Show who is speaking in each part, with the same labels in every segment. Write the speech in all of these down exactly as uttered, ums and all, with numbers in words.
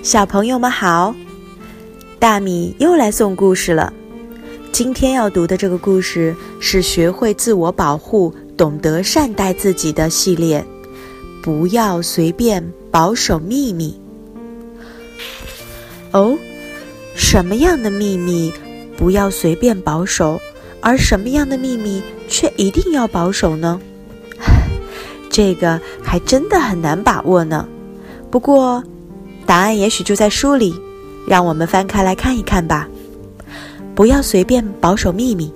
Speaker 1: 小朋友们好，大米又来送故事了。今天要读的这个故事是学会自我保护，懂得善待自己的系列，不要随便保守秘密。哦，什么样的秘密不要随便保守，而什么样的秘密却一定要保守呢？这个还真的很难把握呢。不过答案也许就在书里，让我们翻开来看一看吧。不要随便保守秘密。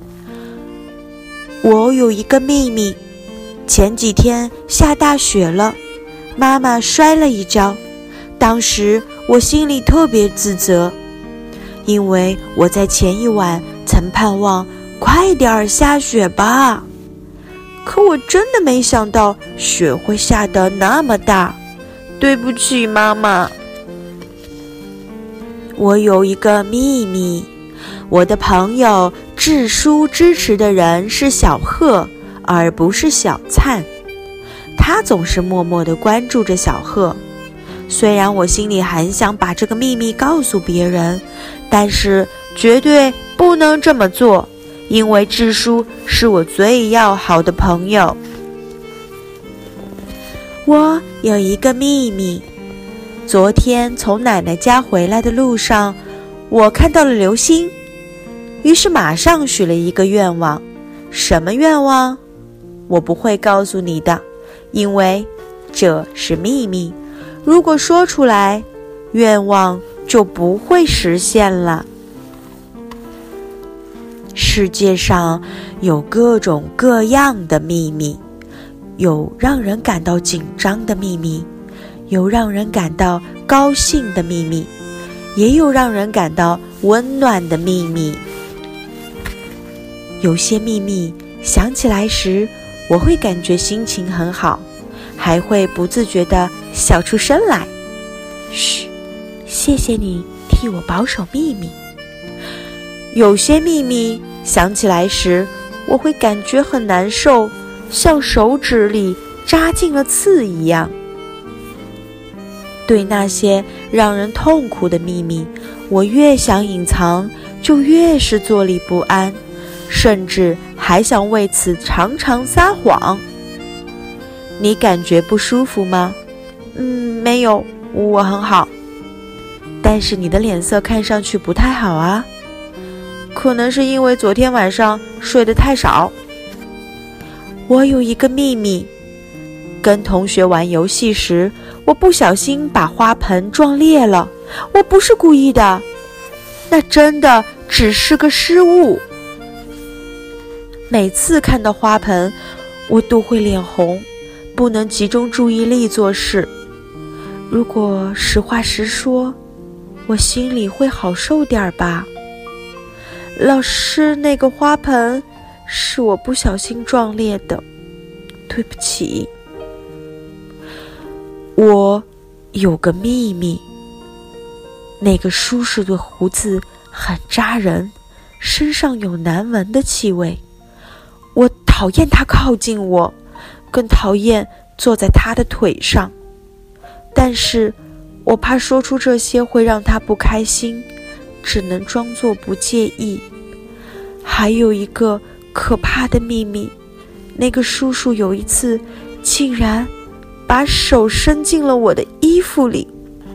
Speaker 1: 我有一个秘密，前几天下大雪了，妈妈摔了一跤，当时我心里特别自责，因为我在前一晚曾盼望快点儿下雪吧，可我真的没想到雪会下得那么大。对不起，妈妈。我有一个秘密，我的朋友智叔支持的人是小贺，而不是小灿。他总是默默地关注着小贺。虽然我心里很想把这个秘密告诉别人，但是绝对不能这么做，因为智叔是我最要好的朋友。我有一个秘密，昨天从奶奶家回来的路上，我看到了流星，于是马上许了一个愿望。什么愿望？我不会告诉你的，因为这是秘密。如果说出来，愿望就不会实现了。世界上有各种各样的秘密，有让人感到紧张的秘密，有让人感到高兴的秘密，也有让人感到温暖的秘密。有些秘密想起来时，我会感觉心情很好，还会不自觉地笑出声来。嘘，谢谢你替我保守秘密。有些秘密想起来时，我会感觉很难受，像手指里扎进了刺一样。对那些让人痛苦的秘密，我越想隐藏，就越是坐立不安，甚至还想为此常常撒谎。你感觉不舒服吗？嗯，没有，我很好。但是你的脸色看上去不太好啊，可能是因为昨天晚上睡得太少。我有一个秘密，跟同学玩游戏时，我不小心把花盆撞裂了，我不是故意的，那真的只是个失误。每次看到花盆，我都会脸红，不能集中注意力做事。如果实话实说，我心里会好受点吧。老师，那个花盆是我不小心撞裂的，对不起。我有个秘密，那个叔叔的胡子很扎人，身上有难闻的气味。我讨厌他靠近我，更讨厌坐在他的腿上。但是我怕说出这些会让他不开心，只能装作不介意。还有一个可怕的秘密，那个叔叔有一次竟然把手伸进了我的衣服里。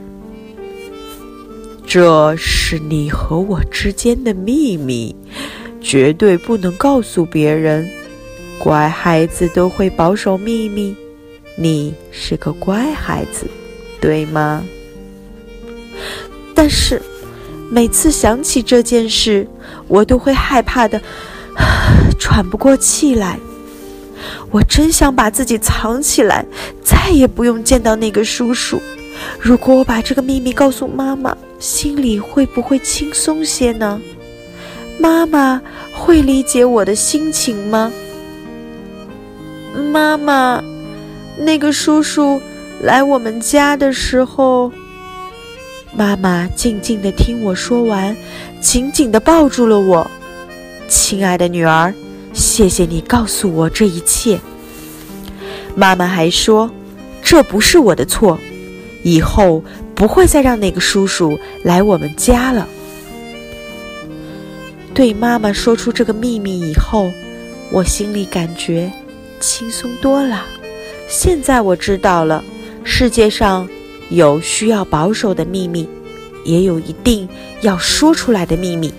Speaker 1: 这是你和我之间的秘密，绝对不能告诉别人。乖孩子都会保守秘密，你是个乖孩子，对吗？但是每次想起这件事，我都会害怕的喘不过气来。我真想把自己藏起来，再也不用见到那个叔叔。如果我把这个秘密告诉妈妈，心里会不会轻松些呢？妈妈会理解我的心情吗？妈妈，那个叔叔来我们家的时候……妈妈静静地听我说完，紧紧地抱住了我。亲爱的女儿，谢谢你告诉我这一切。妈妈还说，这不是我的错，以后不会再让那个叔叔来我们家了。对妈妈说出这个秘密以后，我心里感觉轻松多了。现在我知道了，世界上有需要保守的秘密，也有一定要说出来的秘密。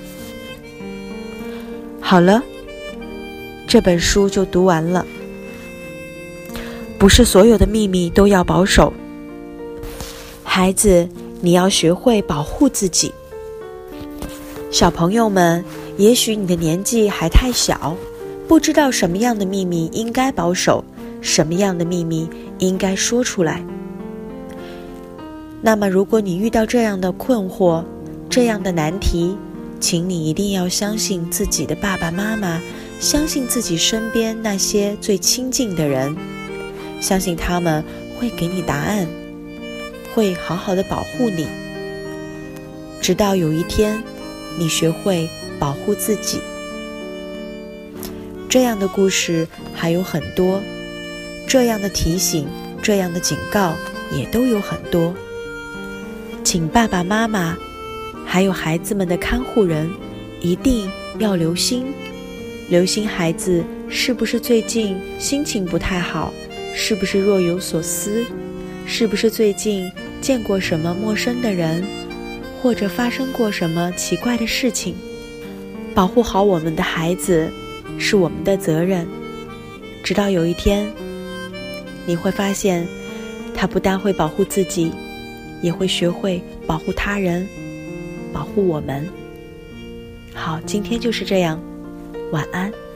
Speaker 1: 好了，这本书就读完了。不是所有的秘密都要保守，孩子，你要学会保护自己。小朋友们，也许你的年纪还太小，不知道什么样的秘密应该保守，什么样的秘密应该说出来。那么如果你遇到这样的困惑，这样的难题，请你一定要相信自己的爸爸妈妈，相信自己身边那些最亲近的人，相信他们会给你答案，会好好的保护你，直到有一天你学会保护自己。这样的故事还有很多，这样的提醒，这样的警告也都有很多。请爸爸妈妈还有孩子们的看护人一定要留心，留心孩子是不是最近心情不太好，是不是若有所思，是不是最近见过什么陌生的人，或者发生过什么奇怪的事情。保护好我们的孩子是我们的责任，直到有一天你会发现他不但会保护自己，也会学会保护他人，保护我们。好，今天就是这样，晚安。